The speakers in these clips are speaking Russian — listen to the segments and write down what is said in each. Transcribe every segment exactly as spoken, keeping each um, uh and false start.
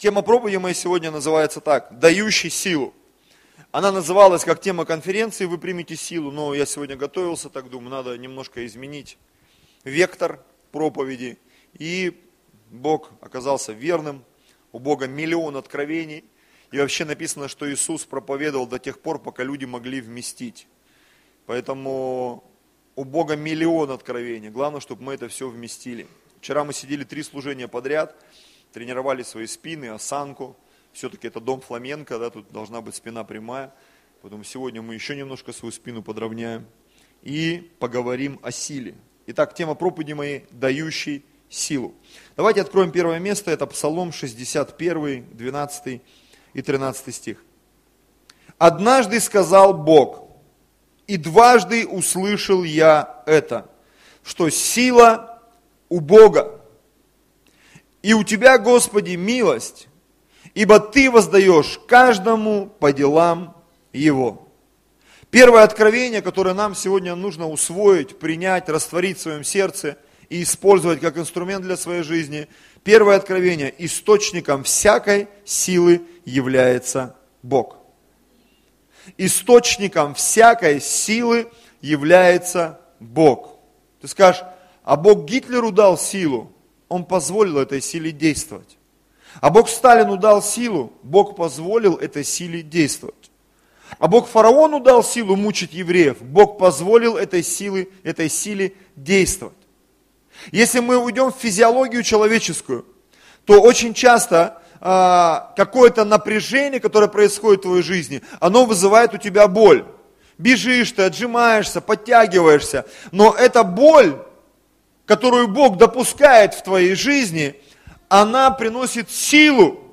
Тема проповеди моей сегодня называется так: «Дающий силу». Она называлась как тема конференции «Вы примете силу», но я сегодня готовился, так думаю, надо немножко изменить вектор проповеди. И Бог оказался верным, у Бога миллион откровений. И вообще написано, что Иисус проповедовал до тех пор, пока люди могли вместить. Поэтому у Бога миллион откровений. Главное, чтобы мы это все вместили. Вчера мы сидели три служения подряд, тренировали свои спины, осанку. Все-таки это дом фламенко, да, тут должна быть спина прямая. Поэтому сегодня мы еще немножко свою спину подровняем. И поговорим о силе. Итак, тема проповеди моей – «Дающий силу». Давайте откроем первое место, это Псалом шестьдесят один, двенадцатый и тринадцатый стих. «Однажды сказал Бог, и дважды услышал я это, что сила у Бога, и у Тебя, Господи, милость, ибо Ты воздаешь каждому по делам его». Первое откровение, которое нам сегодня нужно усвоить, принять, растворить в своем сердце и использовать как инструмент для своей жизни. Первое откровение: источником всякой силы является Бог. Источником всякой силы является Бог. Ты скажешь: а Бог Гитлеру дал силу, Он позволил этой силе действовать. А Бог Сталину дал силу, Бог позволил этой силе действовать. А Бог фараону дал силу мучить евреев, Бог позволил этой, силы, этой силе действовать. Если мы уйдем в физиологию человеческую, то очень часто а, какое-то напряжение, которое происходит в твоей жизни, оно вызывает у тебя боль. Бежишь ты, отжимаешься, подтягиваешься, но эта боль, которую Бог допускает в твоей жизни, она приносит силу,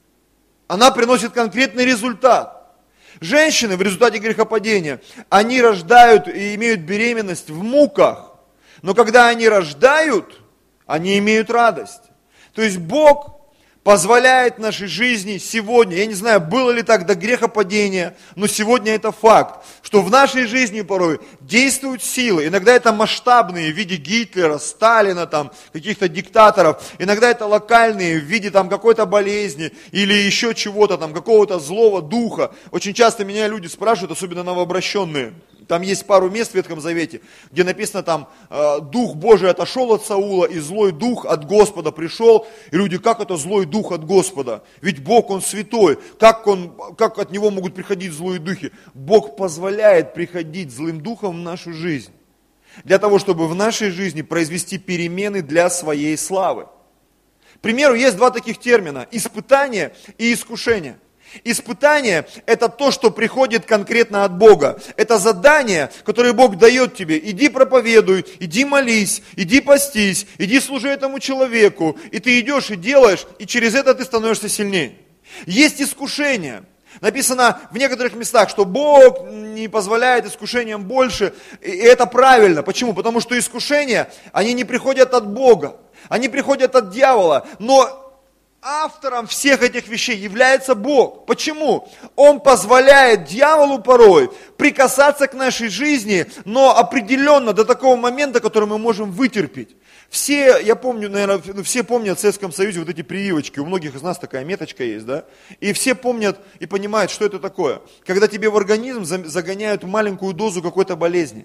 она приносит конкретный результат. Женщины в результате грехопадения, они рождают и имеют беременность в муках, но когда они рождают, они имеют радость. То есть Бог позволяет нашей жизни сегодня, я не знаю, было ли так до грехопадения, но сегодня это факт, что в нашей жизни порой действуют силы. Иногда это масштабные в виде Гитлера, Сталина, там, каких-то диктаторов. Иногда это локальные в виде там, какой-то болезни или еще чего-то, там, какого-то злого духа. Очень часто меня люди спрашивают, особенно новообращенные. Там есть пару мест в Ветхом Завете, где написано там, Дух Божий отошел от Саула, и злой дух от Господа пришел. И люди: как это злой дух от Господа? Ведь Бог, Он святой. Как, он, как от Него могут приходить злые духи? Бог позволяет приходить злым духом в нашу жизнь. Для того, чтобы в нашей жизни произвести перемены для своей славы. К примеру, есть два таких термина: испытание и искушение. Испытание – это то, что приходит конкретно от Бога. Это задание, которое Бог дает тебе. Иди проповедуй, иди молись, иди постись, иди служи этому человеку. И ты идешь и делаешь, и через это ты становишься сильнее. Есть искушение. Написано в некоторых местах, что Бог не позволяет искушениям больше. И это правильно. Почему? Потому что искушения, они не приходят от Бога. Они приходят от дьявола. Но автором всех этих вещей является Бог. Почему? Он позволяет дьяволу порой прикасаться к нашей жизни, но определенно до такого момента, который мы можем вытерпеть. Все, я помню, наверное, ну, все помнят в Советском Союзе вот эти прививочки. У многих из нас такая меточка есть, да? И все помнят и понимают, что это такое. Когда тебе в организм загоняют маленькую дозу какой-то болезни.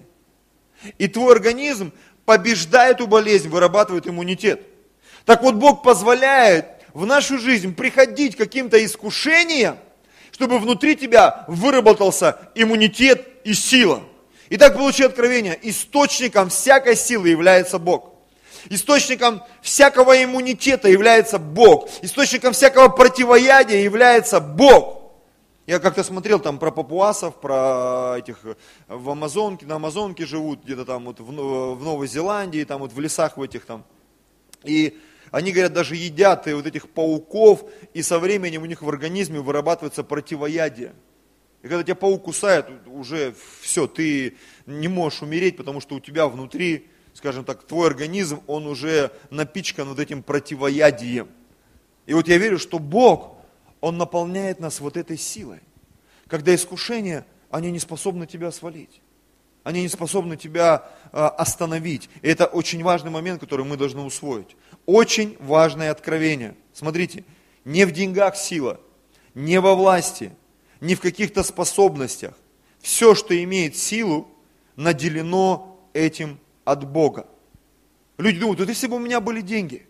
И твой организм побеждает эту болезнь, вырабатывает иммунитет. Так вот, Бог позволяет в нашу жизнь приходить к каким-то искушениям, чтобы внутри тебя выработался иммунитет и сила. Итак, получи откровение: источником всякой силы является Бог. Источником всякого иммунитета является Бог. Источником всякого противоядия является Бог. Я как-то смотрел там про папуасов, про этих в Амазонке, на Амазонке живут, где-то там вот в, в Новой Зеландии, там вот в лесах в этих там. И они, говорят, даже едят и вот этих пауков, и со временем у них в организме вырабатывается противоядие. И когда тебя паук кусает, уже все, ты не можешь умереть, потому что у тебя внутри, скажем так, твой организм, он уже напичкан вот этим противоядием. И вот я верю, что Бог, Он наполняет нас вот этой силой. Когда искушения, они не способны тебя свалить. Они не способны тебя а, остановить. И это очень важный момент, который мы должны усвоить. Очень важное откровение. Смотрите, Не в деньгах сила, не во власти, не в каких-то способностях. Все, что имеет силу, наделено этим от Бога. Люди думают, вот если бы у меня были деньги,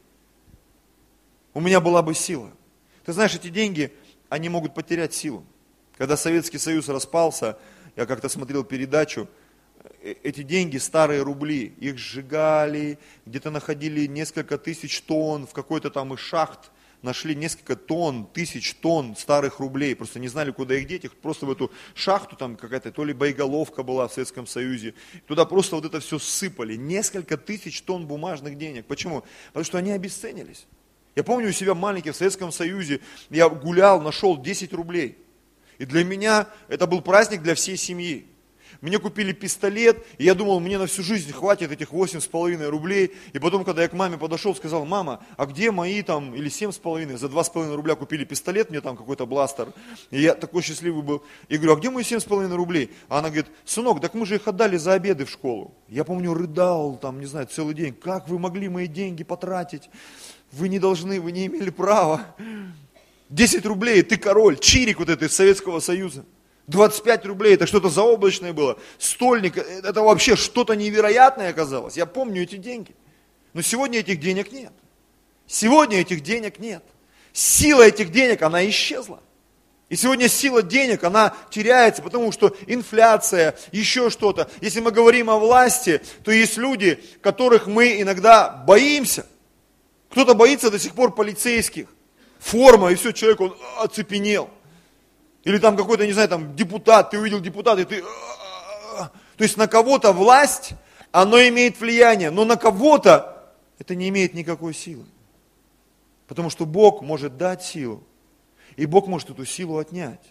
у меня была бы сила. Ты знаешь, эти деньги, они могут потерять силу. Когда Советский Союз распался, я как-то смотрел передачу, эти деньги, старые рубли, их сжигали, где-то находили несколько тысяч тонн, в какой-то там из шахт нашли несколько тонн, тысяч тонн старых рублей, просто не знали, куда их деть, их просто в эту шахту, там какая-то, то ли боеголовка была в Советском Союзе, туда просто вот это все сыпали, несколько тысяч тонн бумажных денег. Почему? Потому что они обесценились. Я помню у себя маленький в Советском Союзе, я гулял, нашел десять рублей. И для меня это был праздник для всей семьи. Мне купили пистолет, и я думал, мне на всю жизнь хватит этих восемь с половиной рублей. И потом, когда я к маме подошел, сказал, мама, а где мои там, или семь с половиной, за два с половиной рубля купили пистолет, мне там какой-то бластер. И я такой счастливый был. И говорю, а где мои семь с половиной рублей? А она говорит, сынок, так мы же их отдали за обеды в школу. Я помню, рыдал там, не знаю, целый день. Как вы могли мои деньги потратить? Вы не должны, вы не имели права. десять рублей, ты король, чирик вот это из Советского Союза. двадцать пять рублей, это что-то заоблачное было. Стольник, это вообще что-то невероятное оказалось. Я помню эти деньги. Но сегодня этих денег нет. Сегодня этих денег нет. Сила этих денег, она исчезла. И сегодня сила денег, она теряется, потому что инфляция, еще что-то. Если мы говорим о власти, то есть люди, которых мы иногда боимся. Кто-то боится до сих пор полицейских. Форма, и все, человек, он оцепенел. Или там какой-то, не знаю, там депутат, ты увидел депутата, и ты... То есть на кого-то власть, оно имеет влияние, но на кого-то это не имеет никакой силы. Потому что Бог может дать силу, и Бог может эту силу отнять.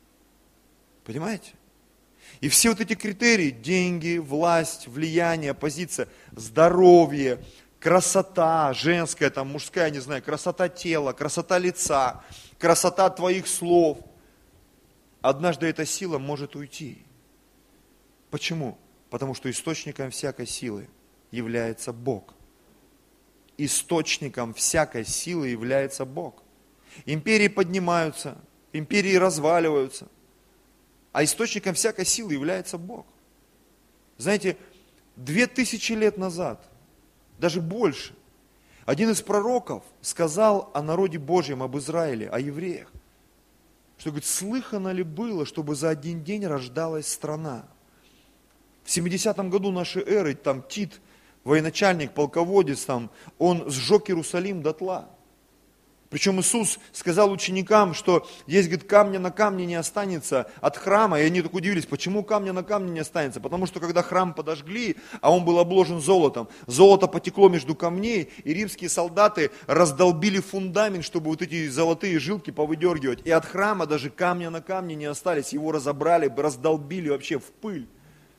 Понимаете? И все вот эти критерии, деньги, власть, влияние, позиция, здоровье, красота женская, там мужская, не знаю, красота тела, красота лица, красота твоих слов. Однажды эта сила может уйти. Почему? Потому что источником всякой силы является Бог. Источником всякой силы является Бог. Империи поднимаются, империи разваливаются, а источником всякой силы является Бог. Знаете, две тысячи лет назад, даже больше, один из пророков сказал о народе Божьем, об Израиле, о евреях, что, говорит, слыхано ли было, чтобы за один день рождалась страна? В семидесятом году нашей эры, там Тит, военачальник, полководец, там, он сжег Иерусалим дотла. Причем Иисус сказал ученикам, что здесь, говорит, камня на камне не останется от храма. И они так удивились, почему камня на камне не останется? Потому что когда храм подожгли, а он был обложен золотом, золото потекло между камней, и римские солдаты раздолбили фундамент, чтобы вот эти золотые жилки повыдергивать. И от храма даже камня на камне не остались, его разобрали, раздолбили вообще в пыль.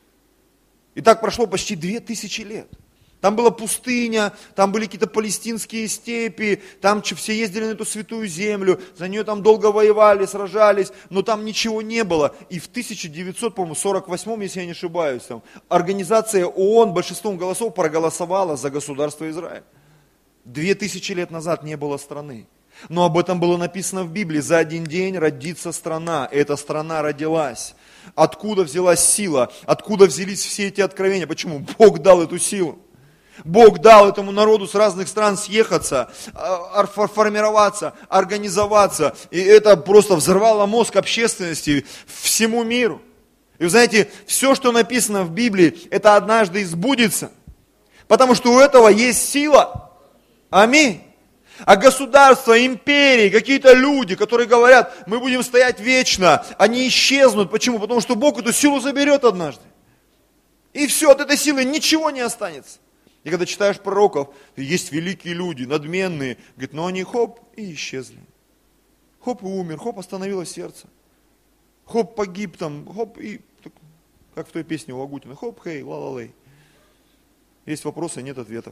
И так прошло почти две тысячи лет. Там была пустыня, там были какие-то палестинские степи, там все ездили на эту святую землю, за нее там долго воевали, сражались, но там ничего не было. И в тысяча девятьсот сорок восьмом, если я не ошибаюсь, там, организация ООН большинством голосов проголосовала за государство Израиль. Две тысячи лет назад не было страны. Но об этом было написано в Библии. За один день родится страна. Эта страна родилась. Откуда взялась сила? Откуда взялись все эти откровения? Почему? Бог дал эту силу. Бог дал этому народу с разных стран съехаться, формироваться, организоваться. И это просто взорвало мозг общественности всему миру. И вы знаете, все, что написано в Библии, это однажды избудется. Потому что у этого есть сила. Аминь. А государства, империи, какие-то люди, которые говорят, мы будем стоять вечно, они исчезнут. Почему? Потому что Бог эту силу заберет однажды. И все, от этой силы ничего не останется. И когда читаешь пророков, есть великие люди, надменные, говорит, но они хоп, и исчезли. Хоп, и умер, хоп, остановилось сердце. Хоп, погиб там, хоп, и, как в той песне у Лагутина, хоп, хей, ла-ла-лей. Есть вопросы, нет ответов.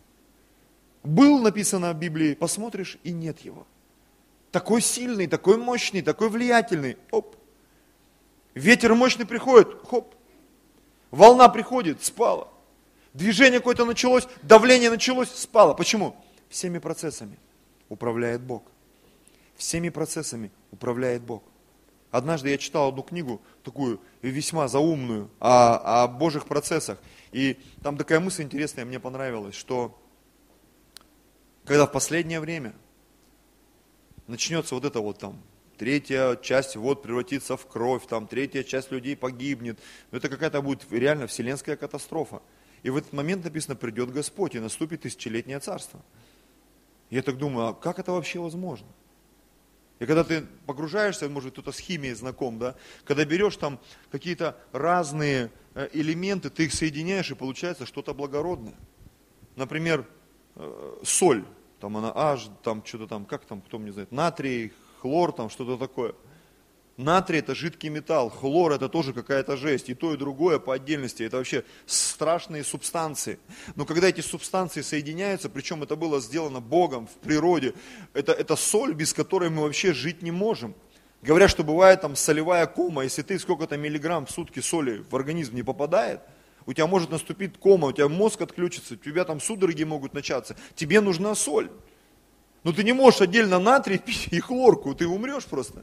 Был написано в Библии, посмотришь, и нет его. Такой сильный, такой мощный, такой влиятельный, хоп. Ветер мощный приходит, хоп. Волна приходит, спала. Движение какое-то началось, давление началось, спало. Почему? Всеми процессами управляет Бог. Всеми процессами управляет Бог. Однажды я читал одну книгу, такую весьма заумную, о, о Божьих процессах. И там такая мысль интересная, мне понравилась, что когда в последнее время начнется вот это вот там, третья часть вод превратится в кровь, там третья часть людей погибнет, это какая-то будет реально вселенская катастрофа. И в этот момент написано, придет Господь, и наступит тысячелетнее царство. Я так думаю, а как это вообще возможно? И когда ты погружаешься, может, кто-то с химией знаком, да, когда берешь там какие-то разные элементы, ты их соединяешь, и получается что-то благородное. Например, соль, там она H, там что-то там, как там, кто мне знает, натрий, хлор, там что-то такое. Натрий это жидкий металл, хлор это тоже какая-то жесть, и то, и другое по отдельности, это вообще страшные субстанции. Но когда эти субстанции соединяются, причем это было сделано Богом в природе, это, это соль, без которой мы вообще жить не можем. Говорят, что бывает там солевая кома, если ты сколько-то миллиграмм в сутки соли в организм не попадает, у тебя может наступить кома, у тебя мозг отключится, у тебя там судороги могут начаться, тебе нужна соль. Но ты не можешь отдельно натрий пить и хлорку, ты умрешь просто.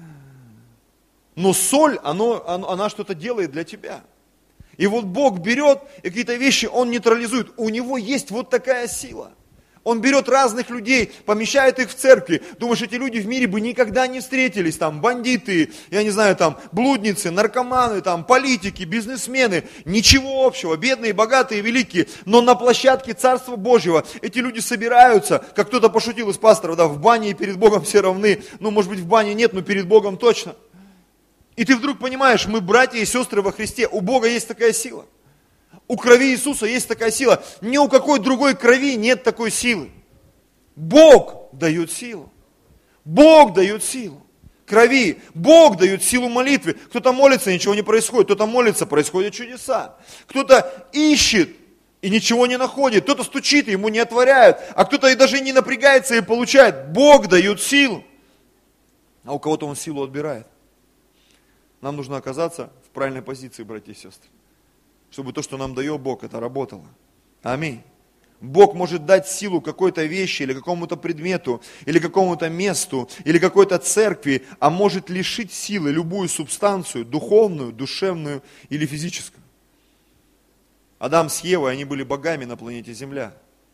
Но соль, оно, она что-то делает для тебя. И вот Бог берет и какие-то вещи, Он нейтрализует. У Него есть вот такая сила. Он берет разных людей, помещает их в церкви. Думаешь, эти люди в мире бы никогда не встретились. Там бандиты, я не знаю, там блудницы, наркоманы, там политики, бизнесмены. Ничего общего, бедные, богатые, великие. Но на площадке Царства Божьего эти люди собираются, как кто-то пошутил из пасторов, да, в бане и перед Богом все равны. Ну, может быть, в бане нет, но перед Богом точно. И ты вдруг понимаешь, мы братья и сестры во Христе, у Бога есть такая сила. У крови Иисуса есть такая сила. Ни у какой другой крови нет такой силы. Бог дает силу. Бог дает силу. Крови. Бог дает силу молитвы. Кто-то молится, ничего не происходит. Кто-то молится, происходят чудеса. Кто-то ищет и ничего не находит. Кто-то стучит, и ему не отворяют. А кто-то и даже не напрягается и получает. Бог дает силу. А у кого-то он силу отбирает. Нам нужно оказаться в правильной позиции, братья и сестры. Чтобы то, что нам дает Бог, это работало. Аминь. Бог может дать силу какой-то вещи, или какому-то предмету, или какому-то месту, или какой-то церкви, а может лишить силы любую субстанцию, духовную, душевную или физическую. Адам с Евой, они были богами на планете Земля.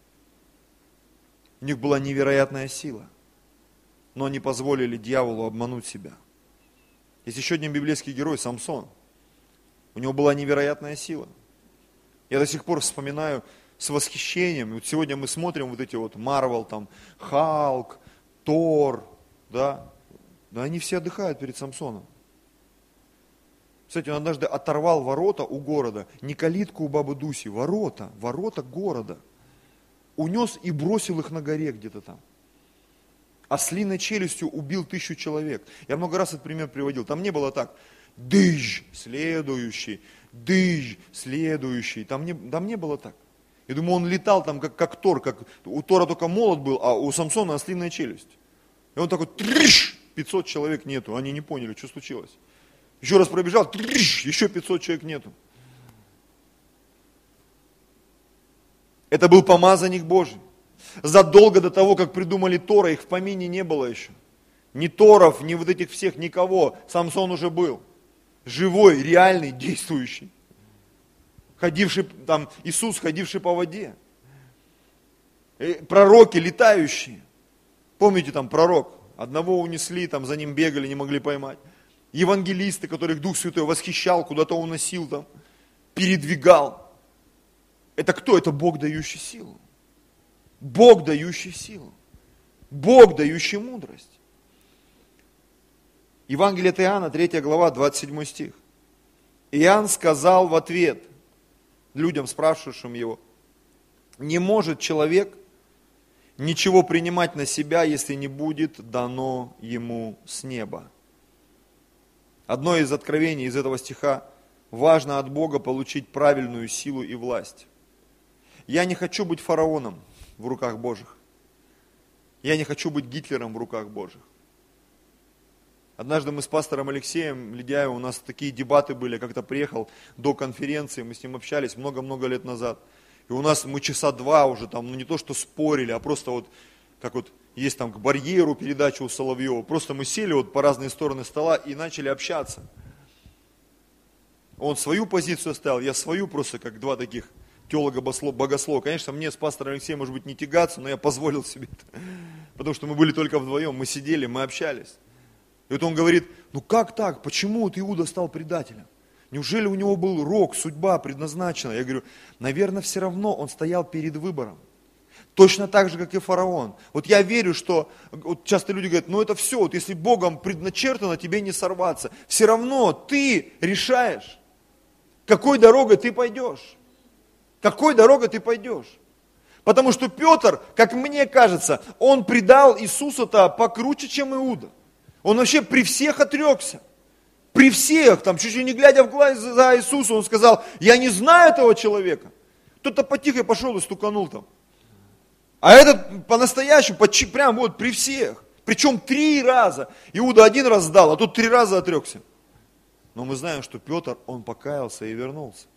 У них была невероятная сила. Но они позволили дьяволу обмануть себя. Есть еще один библейский герой, Самсон. У него была невероятная сила. Я до сих пор вспоминаю с восхищением. И вот сегодня мы смотрим вот эти вот Марвел, там, Халк, Тор, да, да, они все отдыхают перед Самсоном. Кстати, он однажды оторвал ворота у города, не калитку у бабы Дуси, ворота, ворота города. Унес и бросил их на горе где-то там. Ослиной челюстью убил тысячу человек. Я много раз этот пример приводил. Там не было так. Дыжь, следующий, дыжь, следующий. Там не, там не было так. Я думаю, он летал там как, как Тор. Как, у Тора только молот был, а у Самсона ослиная челюсть. И он такой, триш, пятьсот человек нету. Они не поняли, что случилось. Еще раз пробежал, триш, еще пятьсот человек нету. Это был помазанник Божий. Задолго до того, как придумали Тора, их в помине не было еще. Ни Торов, ни вот этих всех, никого. Самсон уже был. Живой, реальный, действующий. Ходивший, там, Иисус, ходивший по воде. И пророки, летающие. Помните, там пророк, одного унесли, там за ним бегали, не могли поймать. Евангелисты, которых Дух Святой восхищал, куда-то уносил, там, передвигал. Это кто? Это Бог, дающий силу. Бог, дающий силу. Бог, дающий мудрость. Евангелие от Иоанна, третья глава, двадцать седьмой стих. Иоанн сказал в ответ людям, спрашивавшим его, не может человек ничего принимать на себя, если не будет дано ему с неба. Одно из откровений из этого стиха: важно от Бога получить правильную силу и власть. Я не хочу быть фараоном в руках Божьих. Я не хочу быть Гитлером в руках Божьих. Однажды мы с пастором Алексеем Ледяевым, у нас такие дебаты были, как-то приехал до конференции, мы с ним общались много-много лет назад. И у нас мы часа два уже там, ну не то что спорили, а просто вот, как вот есть там к барьеру передача у Соловьева. Просто мы сели вот по разные стороны стола и начали общаться. Он свою позицию оставил, я свою, просто как два таких теолога-богослова. Конечно, мне с пастором Алексеем, может быть, не тягаться, но я позволил себе это. Потому что мы были только вдвоем, мы сидели, мы общались. И вот он говорит, ну как так, почему вот Иуда стал предателем? Неужели у него был рок, судьба предназначена? Я говорю, наверное, все равно он стоял перед выбором. Точно так же, как и фараон. Вот я верю, что, вот часто люди говорят, ну это все, вот если Богом предначертано, тебе не сорваться. Все равно ты решаешь, какой дорогой ты пойдешь. Какой дорогой ты пойдешь. Потому что Петр, как мне кажется, он предал Иисуса-то покруче, чем Иуда. Он вообще при всех отрекся. При всех, там, чуть ли не глядя в глаза Иисуса, он сказал, я не знаю этого человека. Кто-то потихо пошел и стуканул там. А этот по-настоящему, прям вот при всех. Причем три раза. Иуда один раз сдал, а тут три раза отрекся. Но мы знаем, что Петр, он покаялся и вернулся.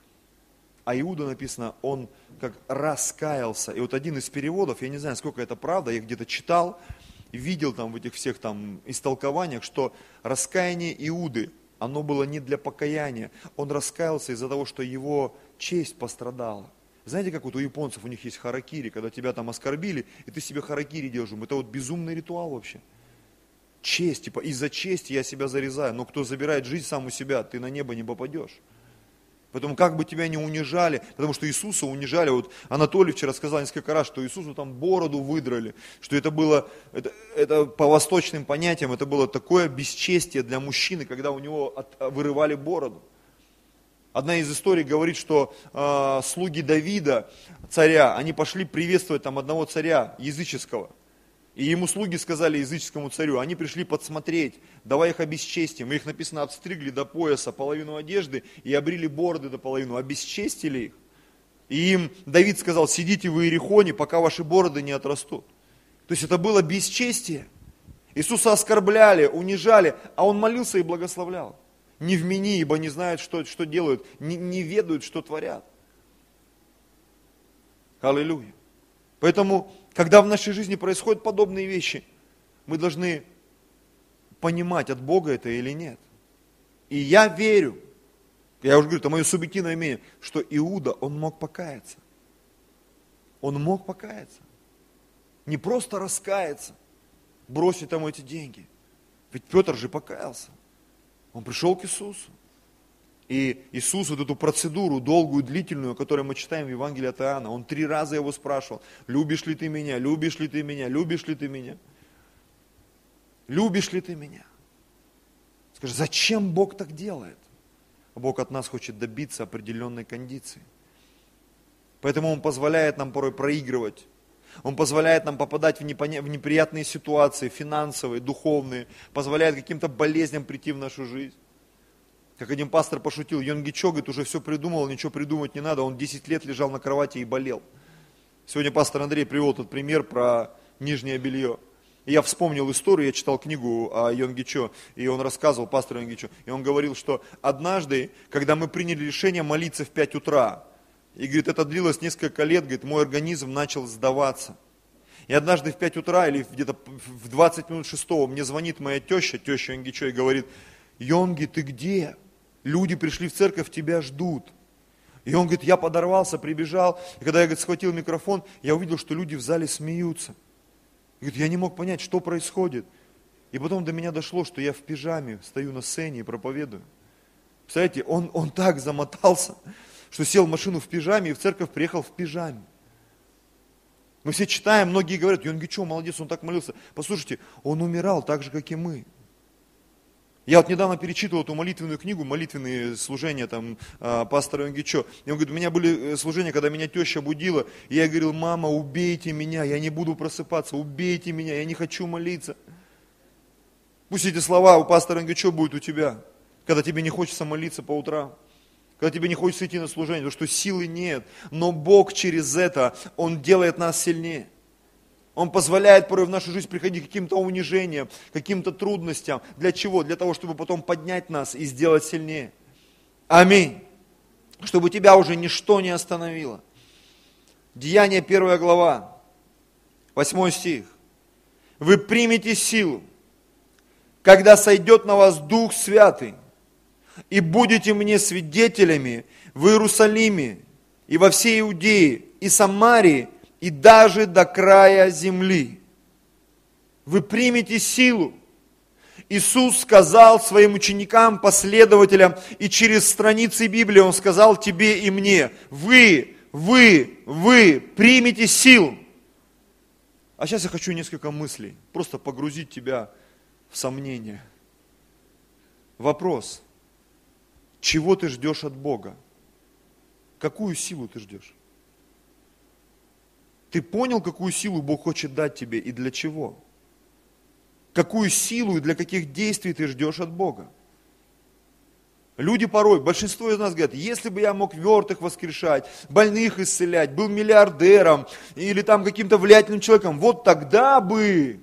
А Иуда написано, он как раскаялся. И вот один из переводов, я не знаю, сколько это правда, я где-то читал, видел там в этих всех там истолкованиях, что раскаяние Иуды, оно было не для покаяния. Он раскаялся из-за того, что его честь пострадала. Знаете, как вот у японцев, у них есть харакири, когда тебя там оскорбили, и ты себе харакири делаешь. Это вот безумный ритуал вообще. Честь, типа из-за чести я себя зарезаю, но кто забирает жизнь сам у себя, ты на небо не попадешь. Поэтому как бы тебя не унижали, потому что Иисуса унижали, вот Анатолий вчера сказал несколько раз, что Иисусу там бороду выдрали, что это было, это, это по восточным понятиям, это было такое бесчестие для мужчины, когда у него от, вырывали бороду. Одна из историй говорит, что э, слуги Давида, царя, они пошли приветствовать там одного царя языческого. И ему слуги сказали языческому царю, они пришли подсмотреть, давай их обесчестим. Их, написано, обстригли до пояса половину одежды и обрили бороды до половины, обесчестили их. И им Давид сказал, сидите в Иерихоне, пока ваши бороды не отрастут. То есть это было бесчестие. Иисуса оскорбляли, унижали, а он молился и благословлял. Не вмени, ибо не знают, что, что делают, не, не ведают, что творят. Аллилуйя. Поэтому, когда в нашей жизни происходят подобные вещи, мы должны понимать, от Бога это или нет. И я верю, я уже говорю, это мое субъективное мнение, что Иуда, он мог покаяться. Он мог покаяться. Не просто раскаяться, бросить там эти деньги. Ведь Петр же покаялся. Он пришел к Иисусу. И Иисус вот эту процедуру долгую, длительную, которую мы читаем в Евангелии от Иоанна, он три раза его спрашивал, любишь ли ты меня, любишь ли ты меня, любишь ли ты меня, любишь ли ты меня. Скажи, зачем Бог так делает? Бог от нас хочет добиться определенной кондиции. Поэтому Он позволяет нам порой проигрывать. Он позволяет нам попадать в, непоня... в неприятные ситуации, финансовые, духовные, позволяет каким-то болезням прийти в нашу жизнь. Как один пастор пошутил, Йонги Чо, говорит, уже все придумал, ничего придумать не надо, он десять лет лежал на кровати и болел. Сегодня пастор Андрей привел тот пример про нижнее белье. И я вспомнил историю, я читал книгу о Йонги Чо, и он рассказывал, пастор Йонги Чо, и он говорил, что однажды, когда мы приняли решение молиться в пять утра, и говорит, это длилось несколько лет, говорит, мой организм начал сдаваться. И однажды в пять утра или где-то в двадцать минут шестого мне звонит моя теща, теща Йонги Чо, и говорит, Йонги, ты где? Люди пришли в церковь, тебя ждут. И он говорит, я подорвался, прибежал. И когда я, говорит, схватил микрофон, я увидел, что люди в зале смеются. И говорит, я не мог понять, что происходит. И потом до меня дошло, что я в пижаме стою на сцене и проповедую. Представляете, он, он так замотался, что сел в машину в пижаме и в церковь приехал в пижаме. Мы все читаем, многие говорят, Йонги Чо, молодец, он так молился. Послушайте, он умирал так же, как и мы. Я вот недавно перечитывал эту молитвенную книгу, молитвенные служения там, пастора Йонги Чо. И он говорит, у меня были служения, когда меня теща будила, и я говорил, мама, убейте меня, я не буду просыпаться, убейте меня, я не хочу молиться. Пусть эти слова у пастора Йонги Чо будут у тебя, когда тебе не хочется молиться по утрам, когда тебе не хочется идти на служение, потому что силы нет. Но Бог через это, Он делает нас сильнее. Он позволяет порой в нашу жизнь приходить к каким-то унижениям, каким-то трудностям. Для чего? Для того, чтобы потом поднять нас и сделать сильнее. Аминь. Чтобы тебя уже ничто не остановило. Деяние первая глава, восьмой стих. вы примете силу, когда сойдет на вас Дух Святый, и будете мне свидетелями в Иерусалиме и во всей Иудее, и Самарии, и даже до края земли. Вы примете силу. Иисус сказал своим ученикам, последователям, и через страницы Библии Он сказал тебе и мне, вы, вы, вы примете силу. А сейчас я хочу несколько мыслей, просто погрузить тебя в сомнение. Вопрос, чего ты ждешь от Бога? Какую силу ты ждешь? Ты понял, какую силу Бог хочет дать тебе и для чего? Какую силу и для каких действий ты ждешь от Бога? Люди порой, большинство из нас говорят, если бы я мог мертвых воскрешать, больных исцелять, был миллиардером или там каким-то влиятельным человеком, вот тогда бы.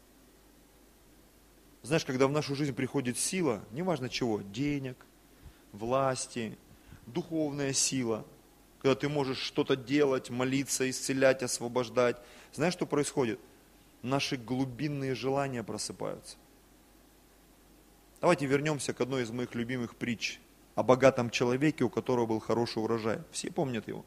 Знаешь, когда в нашу жизнь приходит сила, неважно чего, денег, власти, духовная сила, когда ты можешь что-то делать, молиться, исцелять, освобождать, знаешь, что происходит? Наши глубинные желания просыпаются. Давайте вернемся к одной из моих любимых притч о богатом человеке, у которого был хороший урожай. Все помнят его.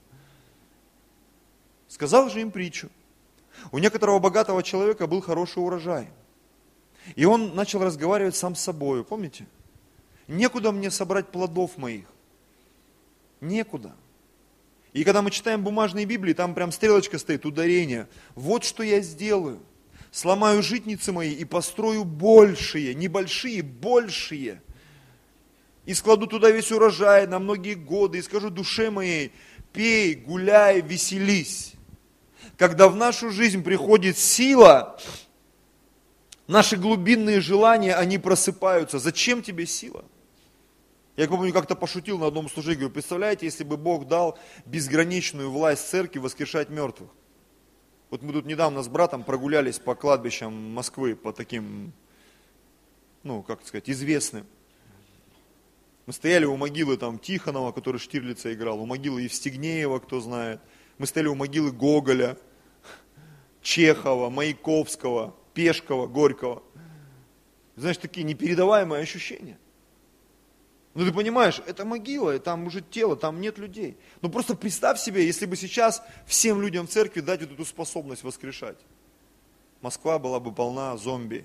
Сказал же им притчу. У некоторого богатого человека был хороший урожай. И он начал разговаривать сам с собой. Помните? Некуда мне собрать плодов моих. Некуда. И когда мы читаем бумажные Библии, там прям стрелочка стоит, ударение. Вот что я сделаю. Сломаю житницы мои и построю большие, небольшие, большие. И складу туда весь урожай на многие годы. И скажу душе моей, пей, гуляй, веселись. Когда в нашу жизнь приходит сила, наши глубинные желания, они просыпаются. Зачем тебе сила? Я помню, как-то пошутил на одном служении, говорю, представляете, если бы Бог дал безграничную власть церкви воскрешать мертвых. Вот мы тут недавно с братом прогулялись по кладбищам Москвы, по таким, ну, как сказать, известным. Мы стояли у могилы там Тихонова, который Штирлица играл, у могилы Евстигнеева, кто знает. Мы стояли у могилы Гоголя, Чехова, Маяковского, Пешкова, Горького. Знаешь, такие непередаваемые ощущения. Ну ты понимаешь, это могила, там уже тело, там нет людей. Ну просто представь себе, если бы сейчас всем людям в церкви дать вот эту способность воскрешать. Москва была бы полна зомби.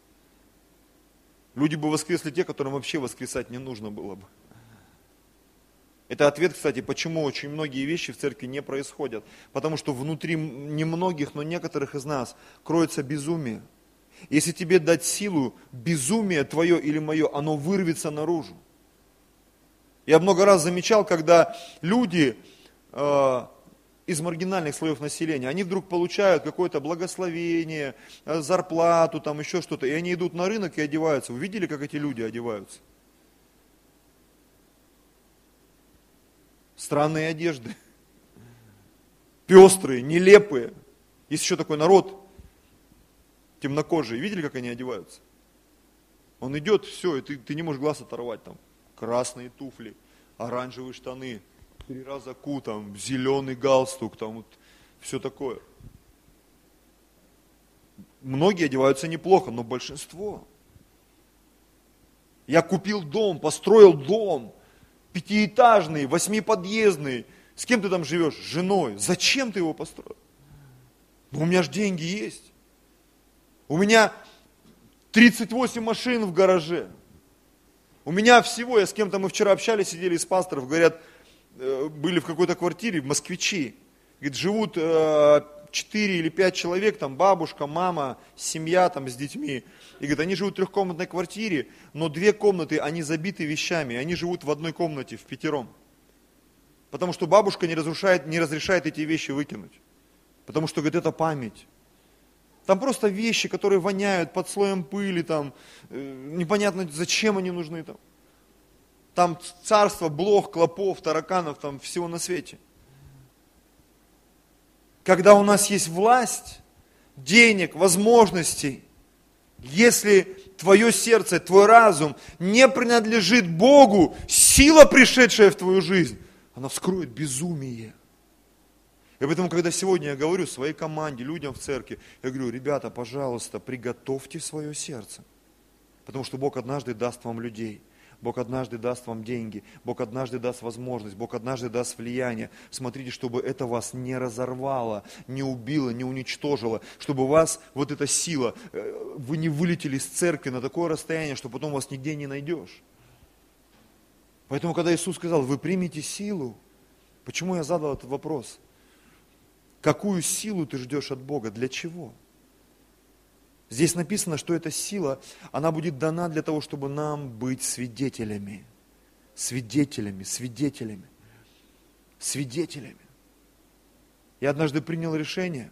Люди бы воскресли те, которым вообще воскресать не нужно было бы. Это ответ, кстати, почему очень многие вещи в церкви не происходят. Потому что внутри немногих, но некоторых из нас кроется безумие. Если тебе дать силу, безумие твое или мое, оно вырвется наружу. Я много раз замечал, когда люди э, из маргинальных слоев населения, они вдруг получают какое-то благословение, э, зарплату, там еще что-то, и они идут на рынок и одеваются. Вы видели, как эти люди одеваются? Странные одежды, пестрые, нелепые. Есть еще такой народ, темнокожие. Видели, как они одеваются? Он идет, все, и ты, ты не можешь глаз оторвать там. Красные туфли, оранжевые штаны, три раза ку, там, зеленый галстук, там, вот, все такое. Многие одеваются неплохо, но большинство. Я купил дом, построил дом, пятиэтажный, восьмиподъездный. С кем ты там живешь? С женой. Зачем ты его построил? Ну, у меня же деньги есть. У меня тридцать восемь машин в гараже. У меня всего, я с кем-то, мы вчера общались, сидели из пасторов, говорят, были в какой-то квартире, москвичи, говорит, живут четыре или пять человек, там бабушка, мама, семья там с детьми. И говорит, они живут в трехкомнатной квартире, но две комнаты, они забиты вещами, они живут в одной комнате, в пятером. Потому что бабушка не разрушает, не разрешает эти вещи выкинуть. Потому что, говорит, это память. Там просто вещи, которые воняют под слоем пыли, там, э, непонятно, зачем они нужны там. Там царство блох, клопов, тараканов, там всего на свете. Когда у нас есть власть, денег, возможностей, если твое сердце, твой разум не принадлежит Богу, сила, пришедшая в твою жизнь, она вскроет безумие. И поэтому, когда сегодня я говорю своей команде, людям в церкви, я говорю, ребята, пожалуйста, приготовьте свое сердце. Потому что Бог однажды даст вам людей. Бог однажды даст вам деньги, Бог однажды даст возможность, Бог однажды даст влияние. Смотрите, чтобы это вас не разорвало, не убило, не уничтожило, чтобы у вас вот эта сила, вы не вылетели из церкви на такое расстояние, что потом вас нигде не найдешь. Поэтому, когда Иисус сказал, вы примете силу, почему я задал этот вопрос? Какую силу ты ждешь от Бога? Для чего? Здесь написано, что эта сила, она будет дана для того, чтобы нам быть свидетелями. Свидетелями, свидетелями, свидетелями. Я однажды принял решение,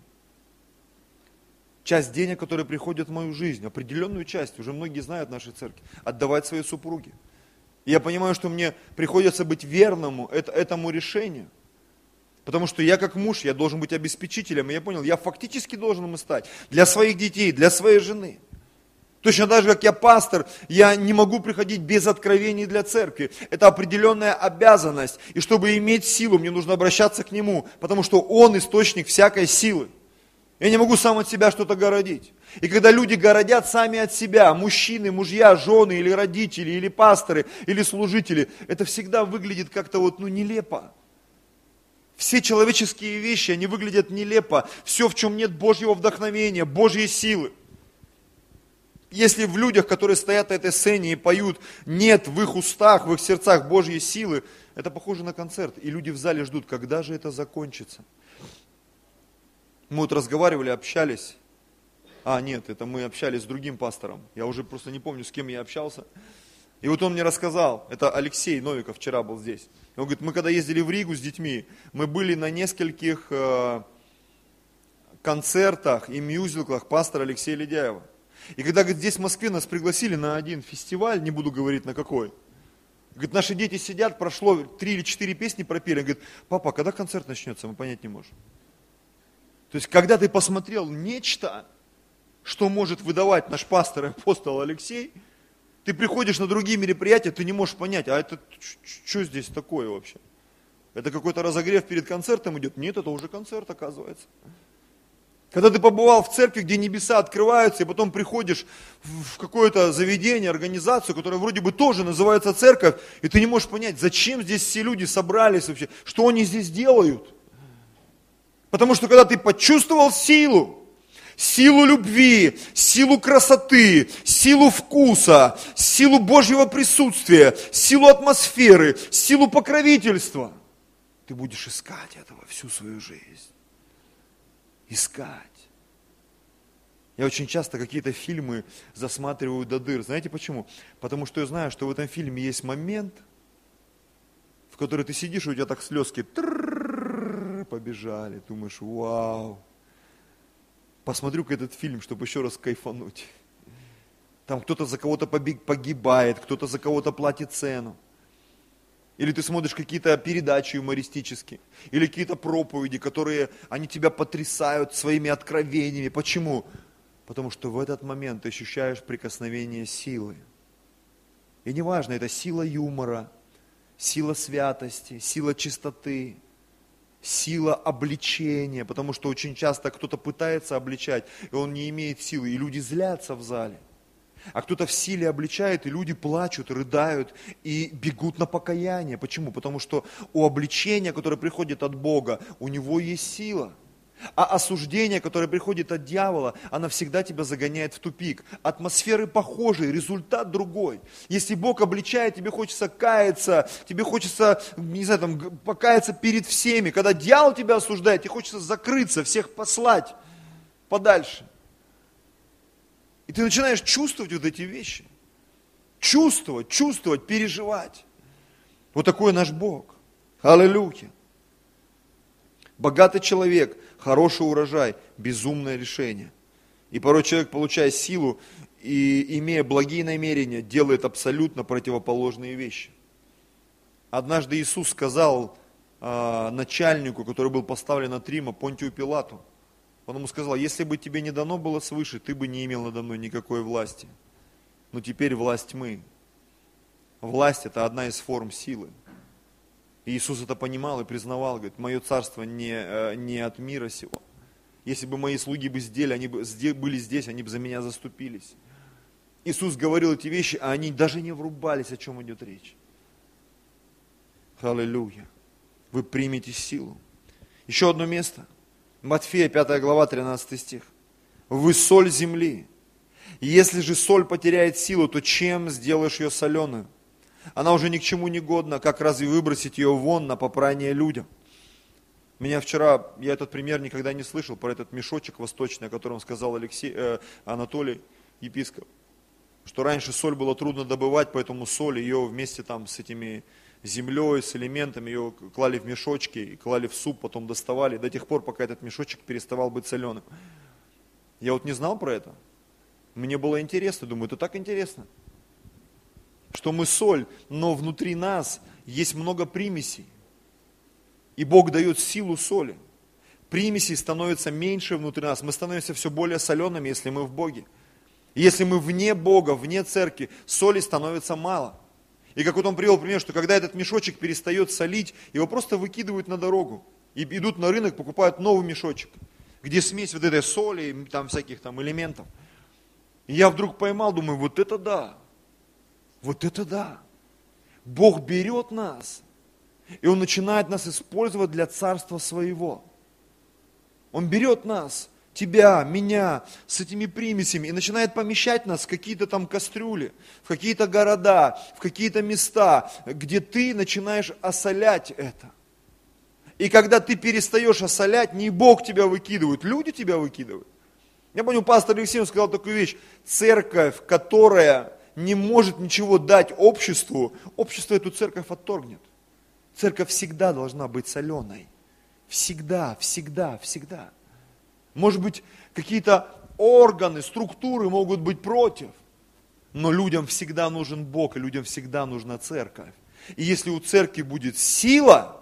часть денег, которые приходят в мою жизнь, определенную часть, уже многие знают в нашей церкви, отдавать своей супруге. И я понимаю, что мне приходится быть верному этому решению. Потому что я как муж, я должен быть обеспечителем. И я понял, я фактически должен им стать для своих детей, для своей жены. Точно так же, как я пастор, я не могу приходить без откровений для церкви. Это определенная обязанность. И чтобы иметь силу, мне нужно обращаться к Нему, потому что Он источник всякой силы. Я не могу сам от себя что-то городить. И когда люди городят сами от себя, мужчины, мужья, жены, или родители, или пасторы, или служители, это всегда выглядит как-то вот, ну, нелепо. Все человеческие вещи, они выглядят нелепо. Все, в чем нет Божьего вдохновения, Божьей силы. Если в людях, которые стоят на этой сцене и поют, нет в их устах, в их сердцах Божьей силы, это похоже на концерт. И люди в зале ждут, когда же это закончится. Мы вот разговаривали, общались. А, нет, это мы общались с другим пастором. Я уже просто не помню, с кем я общался. И вот он мне рассказал, это Алексей Новиков вчера был здесь. Он говорит, мы когда ездили в Ригу с детьми, мы были на нескольких э, концертах и мюзиклах пастора Алексея Ледяева. И когда, говорит, здесь в Москве нас пригласили на один фестиваль, не буду говорить на какой, говорит, наши дети сидят, прошло три или четыре песни пропели, говорит, папа, когда концерт начнется, мы понять не можем. То есть, когда ты посмотрел нечто, что может выдавать наш пастор и апостол Алексей, ты приходишь на другие мероприятия, ты не можешь понять, а это что здесь такое вообще? Это какой-то разогрев перед концертом идет? Нет, это уже концерт, оказывается. Когда ты побывал в церкви, где небеса открываются, и потом приходишь в какое-то заведение, организацию, которая вроде бы тоже называется церковь, и ты не можешь понять, зачем здесь все люди собрались вообще, что они здесь делают. Потому что когда ты почувствовал силу, силу любви, силу красоты, силу вкуса, силу Божьего присутствия, силу атмосферы, силу покровительства. Ты будешь искать этого всю свою жизнь. Искать. Я очень часто какие-то фильмы засматриваю до дыр. Знаете почему? Потому что я знаю, что в этом фильме есть момент, в который ты сидишь, и у тебя так слезки побежали. Думаешь, вау. Посмотрю-ка этот фильм, чтобы еще раз кайфануть. Там кто-то за кого-то погибает, кто-то за кого-то платит цену. Или ты смотришь какие-то передачи юмористические, или какие-то проповеди, которые, они тебя потрясают своими откровениями. Почему? Потому что в этот момент ты ощущаешь прикосновение силы. И неважно, это сила юмора, сила святости, сила чистоты, сила обличения, потому что очень часто кто-то пытается обличать, и он не имеет силы, и люди злятся в зале. А кто-то в силе обличает, и люди плачут, рыдают и бегут на покаяние. Почему? Потому что у обличения, которое приходит от Бога, у него есть сила. А осуждение, которое приходит от дьявола, оно всегда тебя загоняет в тупик. Атмосферы похожие, результат другой. Если Бог обличает, тебе хочется каяться, тебе хочется, не знаю, там, покаяться перед всеми. Когда дьявол тебя осуждает, тебе хочется закрыться, всех послать подальше. И ты начинаешь чувствовать вот эти вещи. Чувствовать, чувствовать, переживать. Вот такой наш Бог. Аллилуйя. Богатый человек, хороший урожай, безумное решение. И порой человек, получая силу и имея благие намерения, делает абсолютно противоположные вещи. Однажды Иисус сказал э, начальнику, который был поставлен от Рима, Понтию Пилату, он ему сказал, если бы тебе не дано было свыше, ты бы не имел надо мной никакой власти. Но теперь власть мы. Власть – это одна из форм силы. И Иисус это понимал и признавал, говорит, мое царство не, не от мира сего. Если бы мои слуги бы сделали, они бы были здесь, они бы за меня заступились. Иисус говорил эти вещи, а они даже не врубались, о чем идет речь. Аллилуйя. Вы примете силу. Еще одно место. Матфея, пятая глава, тринадцатый стих. Вы соль земли. Если же соль потеряет силу, то чем сделаешь ее соленую? Она уже ни к чему не годна, как разве выбросить ее вон на попрание людям? Меня вчера, я этот пример никогда не слышал, про этот мешочек восточный, о котором сказал Алексей, э, Анатолий, епископ. Что раньше соль было трудно добывать, поэтому соль, ее вместе там с этими землей, с элементами, ее клали в мешочки, и клали в суп, потом доставали, до тех пор, пока этот мешочек переставал быть соленым. Я вот не знал про это. Мне было интересно, думаю, это так интересно. Что мы соль, но внутри нас есть много примесей. И Бог дает силу соли. Примесей становится меньше внутри нас. Мы становимся все более солеными, если мы в Боге. И если мы вне Бога, вне церкви, соли становится мало. И как вот он привел пример, что когда этот мешочек перестает солить, его просто выкидывают на дорогу. И идут на рынок, покупают новый мешочек, где смесь вот этой соли, там всяких там элементов. И я вдруг поймал, думаю, вот это да. Вот это да. Бог берет нас, и Он начинает нас использовать для царства своего. Он берет нас, тебя, меня, с этими примесями, и начинает помещать нас в какие-то там кастрюли, в какие-то города, в какие-то места, где ты начинаешь осолять это. И когда ты перестаешь осолять, не Бог тебя выкидывает, люди тебя выкидывают. Я помню, пастор Алексей сказал такую вещь: церковь, которая не может ничего дать обществу, общество эту церковь отторгнет. Церковь всегда должна быть соленой. Всегда, всегда, всегда. Может быть, какие-то органы, структуры могут быть против, но людям всегда нужен Бог, и людям всегда нужна церковь. И если у церкви будет сила,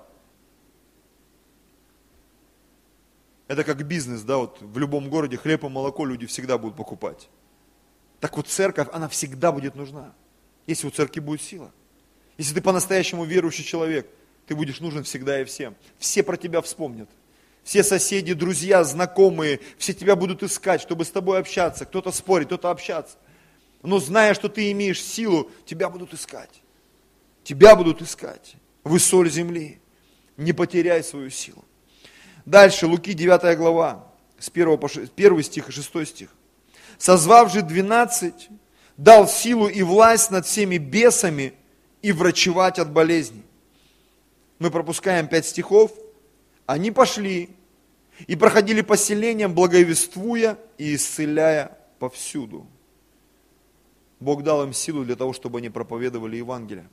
это как бизнес, да, вот в любом городе хлеб и молоко люди всегда будут покупать. Так вот церковь, она всегда будет нужна, если у церкви будет сила. Если ты по-настоящему верующий человек, ты будешь нужен всегда и всем. Все про тебя вспомнят. Все соседи, друзья, знакомые, все тебя будут искать, чтобы с тобой общаться. Кто-то спорит, кто-то общаться. Но зная, что ты имеешь силу, тебя будут искать. Тебя будут искать. Вы соль земли. Не потеряй свою силу. Дальше, Луки девятая глава, с первого по шестого, первый стих и шестой стих. «Созвав же двенадцать, дал силу и власть над всеми бесами и врачевать от болезней». Мы пропускаем пять стихов. Они пошли и проходили по селениям, благовествуя и исцеляя повсюду. Бог дал им силу для того, чтобы они проповедовали Евангелие.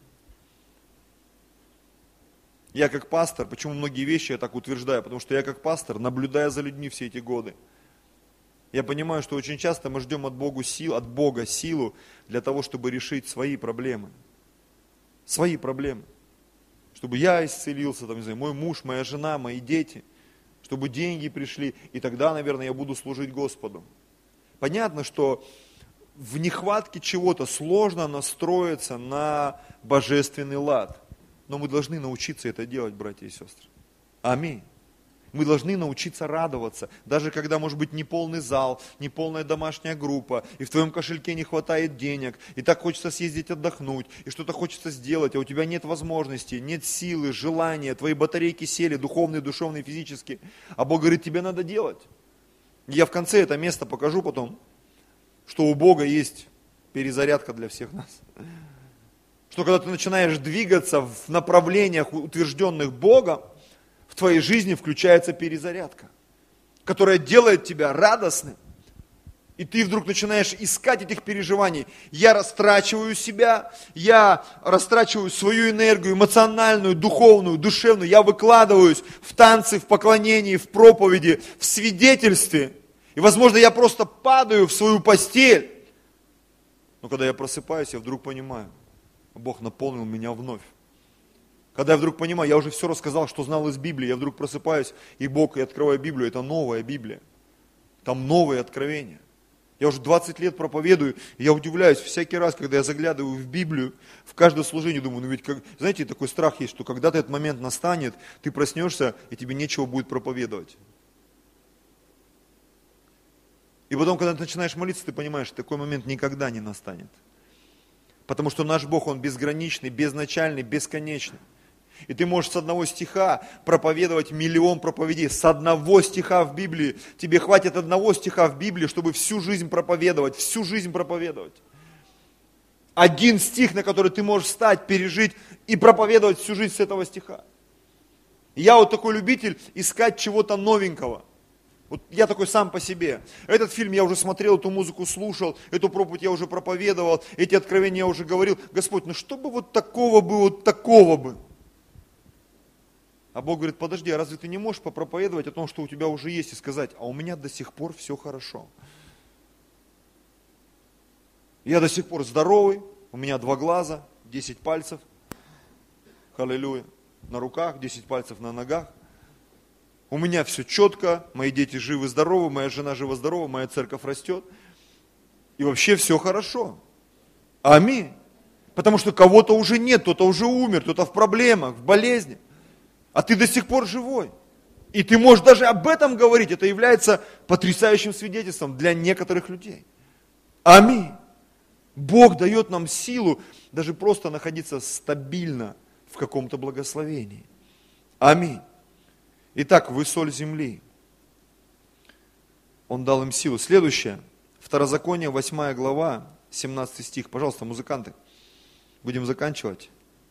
Я как пастор, почему многие вещи я так утверждаю? Потому что я как пастор, наблюдая за людьми все эти годы, я понимаю, что очень часто мы ждем от Бога сил, от Бога силу для того, чтобы решить свои проблемы. Свои проблемы. Чтобы я исцелился, там, не знаю, мой муж, моя жена, мои дети, чтобы деньги пришли, и тогда, наверное, я буду служить Господу. Понятно, что в нехватке чего-то сложно настроиться на божественный лад, но мы должны научиться это делать, братья и сестры. Аминь. Мы должны научиться радоваться, даже когда, может быть, не полный зал, не полная домашняя группа, и в твоем кошельке не хватает денег, и так хочется съездить отдохнуть, и что-то хочется сделать, а у тебя нет возможности, нет силы, желания, твои батарейки сели, духовные, душевные, физические, а Бог говорит, тебе надо делать. Я в конце это место покажу потом, что у Бога есть перезарядка для всех нас. Что когда ты начинаешь двигаться в направлениях, утвержденных Богом, в твоей жизни включается перезарядка, которая делает тебя радостным. И ты вдруг начинаешь искать этих переживаний. Я растрачиваю себя, я растрачиваю свою энергию эмоциональную, духовную, душевную. Я выкладываюсь в танцы, в поклонении, в проповеди, в свидетельстве. И, возможно, я просто падаю в свою постель. Но когда я просыпаюсь, я вдруг понимаю, Бог наполнил меня вновь. Когда я вдруг понимаю, я уже все рассказал, что знал из Библии, я вдруг просыпаюсь, и Бог, и открываю Библию, это новая Библия. Там новые откровения. Я уже двадцать лет проповедую, и я удивляюсь всякий раз, когда я заглядываю в Библию, в каждое служение, думаю, ну ведь, как, знаете, такой страх есть, что когда-то этот момент настанет, ты проснешься, и тебе нечего будет проповедовать. И потом, когда ты начинаешь молиться, ты понимаешь, что такой момент никогда не настанет. Потому что наш Бог, Он безграничный, безначальный, бесконечный. И ты можешь с одного стиха проповедовать миллион проповедей. С одного стиха в Библии. Тебе хватит одного стиха в Библии, чтобы всю жизнь проповедовать. Всю жизнь проповедовать. Один стих, на который ты можешь встать, пережить и проповедовать всю жизнь с этого стиха. Я вот такой любитель искать чего-то новенького. Вот я такой сам по себе. Этот фильм я уже смотрел, эту музыку слушал, эту проповедь я уже проповедовал, эти откровения я уже говорил. Господь, ну что бы вот такого бы, вот такого бы? А Бог говорит, подожди, а разве ты не можешь попроповедовать о том, что у тебя уже есть, и сказать, а у меня до сих пор все хорошо. Я до сих пор здоровый, у меня два глаза, десять пальцев, аллилуйя, на руках, десять пальцев на ногах. У меня все четко, мои дети живы-здоровы, моя жена жива-здорова, моя церковь растет. И вообще все хорошо. Аминь. Потому что кого-то уже нет, кто-то уже умер, кто-то в проблемах, в болезни. А ты до сих пор живой. И ты можешь даже об этом говорить. Это является потрясающим свидетельством для некоторых людей. Аминь. Бог дает нам силу даже просто находиться стабильно в каком-то благословении. Аминь. Итак, вы соль земли. Он дал им силу. Следующее. Второзаконие, восьмая глава, семнадцатый стих. Пожалуйста, музыканты. Будем заканчивать.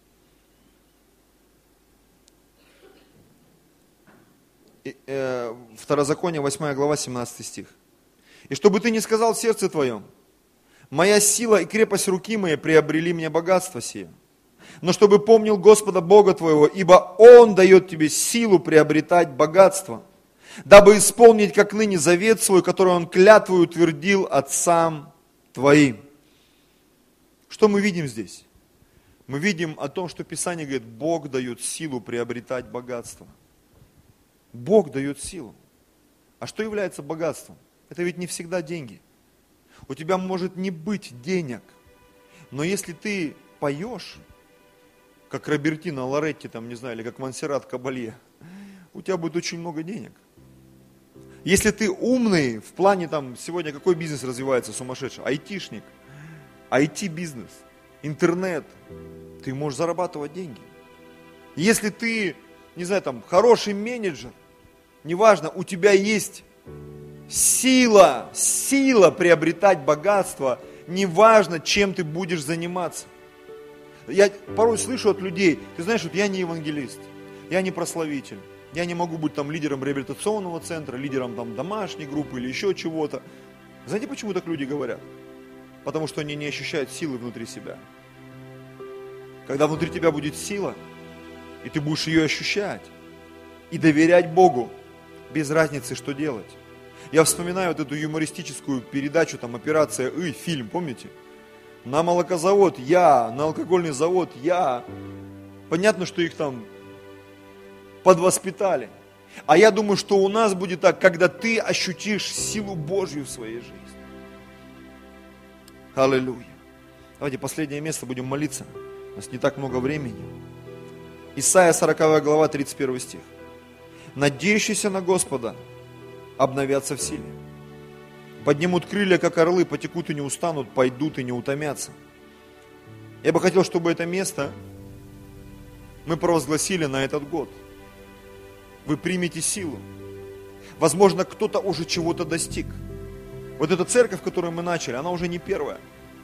Второзаконие, восьмая глава, семнадцатый стих. «И чтобы ты не сказал в сердце твоем, моя сила и крепость руки моей приобрели мне богатство сие, но чтобы помнил Господа Бога твоего, ибо Он дает тебе силу приобретать богатство, дабы исполнить, как ныне, завет свой, который Он клятвой утвердил отцам твоим». Что мы видим здесь? Мы видим о том, что Писание говорит, Бог дает силу приобретать богатство. Бог дает силу. А что является богатством? Это ведь не всегда деньги. У тебя может не быть денег, но если ты поешь, как Робертино Лоретти, там, не знаю, или как Монсеррат Кабалье, у тебя будет очень много денег. Если ты умный, в плане там, сегодня какой бизнес развивается сумасшедший? Айтишник, ай ти-бизнес, интернет, ты можешь зарабатывать деньги. Если ты, не знаю, там, хороший менеджер, неважно, у тебя есть сила, сила приобретать богатство, неважно, чем ты будешь заниматься. Я порой слышу от людей, ты знаешь, вот я не евангелист, я не прославитель, я не могу быть там лидером реабилитационного центра, лидером там домашней группы или еще чего-то. Знаете, почему так люди говорят? Потому что они не ощущают силы внутри себя. Когда внутри тебя будет сила, и ты будешь ее ощущать, и доверять Богу, без разницы, что делать. Я вспоминаю вот эту юмористическую передачу, там, «Операция И», фильм, помните? На молокозавод я, на алкогольный завод я. Понятно, что их там подвоспитали. А я думаю, что у нас будет так, когда ты ощутишь силу Божью в своей жизни. Аллилуйя. Давайте последнее место, будем молиться. У нас не так много времени. Исайя сороковая глава, тридцать первый стих. «Надеющиеся на Господа обновятся в силе. Поднимут крылья, как орлы, потекут и не устанут, пойдут и не утомятся». Я бы хотел, чтобы это место мы провозгласили на этот год. Вы примете силу. Возможно, кто-то уже чего-то достиг. Вот эта церковь, которую мы начали, она уже не первая.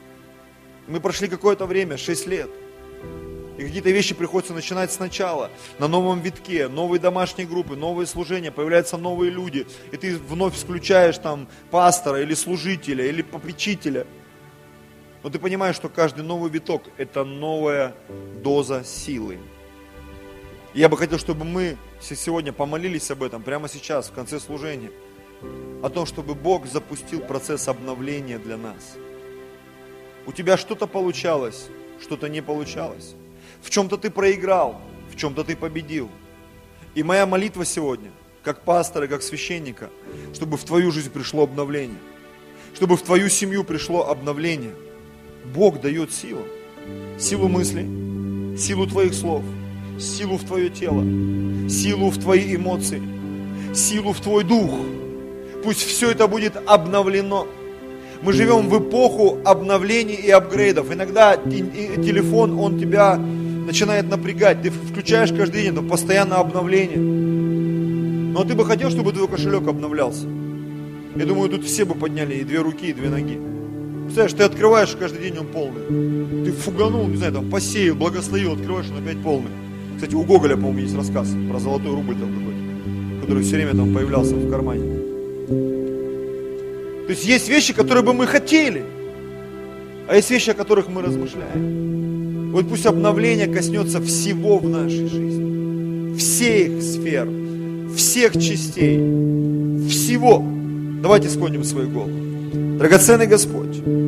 Мы прошли какое-то время, шесть лет. И какие-то вещи приходится начинать сначала, на новом витке, новые домашние группы, новые служения, появляются новые люди. И ты вновь включаешь там пастора или служителя, или попечителя. Но ты понимаешь, что каждый новый виток – это новая доза силы. И я бы хотел, чтобы мы сегодня помолились об этом, прямо сейчас, в конце служения. О том, чтобы Бог запустил процесс обновления для нас. У тебя что-то получалось, что-то не получалось. В чем-то ты проиграл, в чем-то ты победил. И моя молитва сегодня, как пастора, как священника, чтобы в твою жизнь пришло обновление. чтобы в твою семью пришло обновление. Бог дает силу. Силу мыслей, силу твоих слов, силу в твое тело, силу в твои эмоции, силу в твой дух. Пусть все это будет обновлено. Мы живем в эпоху обновлений и апгрейдов. Иногда телефон, он тебя начинает напрягать. Ты включаешь каждый день, там постоянно обновление. Но ты бы хотел, чтобы твой кошелек обновлялся? Я думаю, тут все бы подняли и две руки, и две ноги. Представляешь, ты открываешь, каждый день он полный. Ты фуганул, не знаю, там посеял, благословил, открываешь, он опять полный. Кстати, у Гоголя, по-моему, есть рассказ про золотой рубль там какой-то, который все время там появлялся в кармане. То есть есть вещи, которые бы мы хотели, а есть вещи, о которых мы размышляем. Вот пусть обновление коснется всего в нашей жизни. Всех сфер, всех частей, всего. Давайте склоним свои головы. Драгоценный Господь,